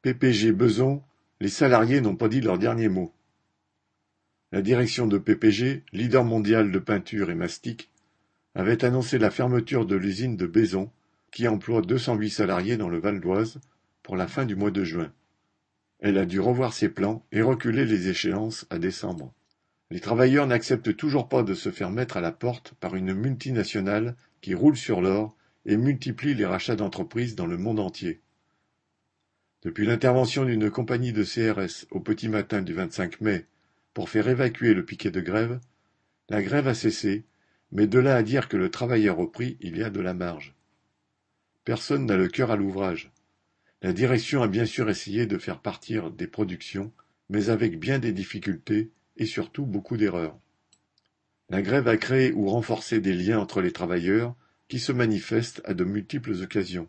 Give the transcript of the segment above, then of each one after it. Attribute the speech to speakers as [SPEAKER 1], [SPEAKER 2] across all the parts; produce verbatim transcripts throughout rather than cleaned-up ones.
[SPEAKER 1] P P G Beson, les salariés n'ont pas dit leur dernier mot. La direction de P P G, leader mondial de peinture et mastic, avait annoncé la fermeture de l'usine de Bezons, qui emploie deux cent huit salariés dans le Val d'Oise, pour la fin du mois de juin. Elle a dû revoir ses plans et reculer les échéances à décembre. Les travailleurs n'acceptent toujours pas de se faire mettre à la porte par une multinationale qui roule sur l'or et multiplie les rachats d'entreprises dans le monde entier. Depuis l'intervention d'une compagnie de C R S au petit matin du vingt-cinq mai pour faire évacuer le piquet de grève, la grève a cessé, mais de là à dire que le travail a repris, il y a de la marge. Personne n'a le cœur à l'ouvrage. La direction a bien sûr essayé de faire partir des productions, mais avec bien des difficultés et surtout beaucoup d'erreurs. La grève a créé ou renforcé des liens entre les travailleurs qui se manifestent à de multiples occasions.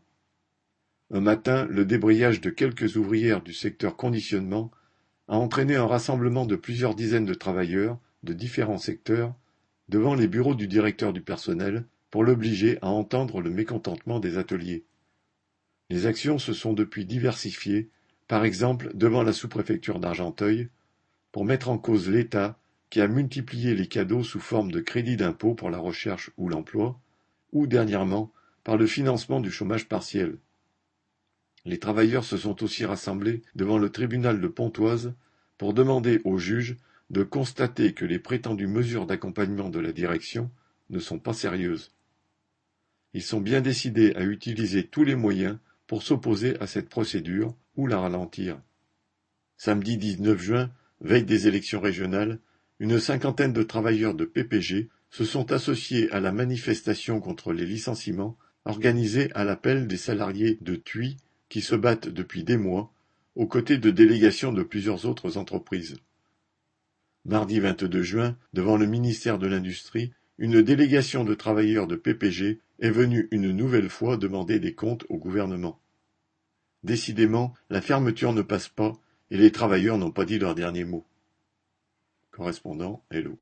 [SPEAKER 1] Un matin, le débrayage de quelques ouvrières du secteur conditionnement a entraîné un rassemblement de plusieurs dizaines de travailleurs de différents secteurs devant les bureaux du directeur du personnel pour l'obliger à entendre le mécontentement des ateliers. Les actions se sont depuis diversifiées, par exemple devant la sous-préfecture d'Argenteuil, pour mettre en cause l'État qui a multiplié les cadeaux sous forme de crédits d'impôt pour la recherche ou l'emploi, ou dernièrement par le financement du chômage partiel. Les travailleurs se sont aussi rassemblés devant le tribunal de Pontoise pour demander au juge de constater que les prétendues mesures d'accompagnement de la direction ne sont pas sérieuses. Ils sont bien décidés à utiliser tous les moyens pour s'opposer à cette procédure ou la ralentir. Samedi dix-neuf juin, veille des élections régionales, une cinquantaine de travailleurs de P P G se sont associés à la manifestation contre les licenciements organisée à l'appel des salariés de Thuit qui se battent depuis des mois, aux côtés de délégations de plusieurs autres entreprises. Mardi vingt-deux juin, devant le ministère de l'Industrie, une délégation de travailleurs de P P G est venue une nouvelle fois demander des comptes au gouvernement. Décidément, la fermeture ne passe pas et les travailleurs n'ont pas dit leur dernier mot. Correspondant Hello.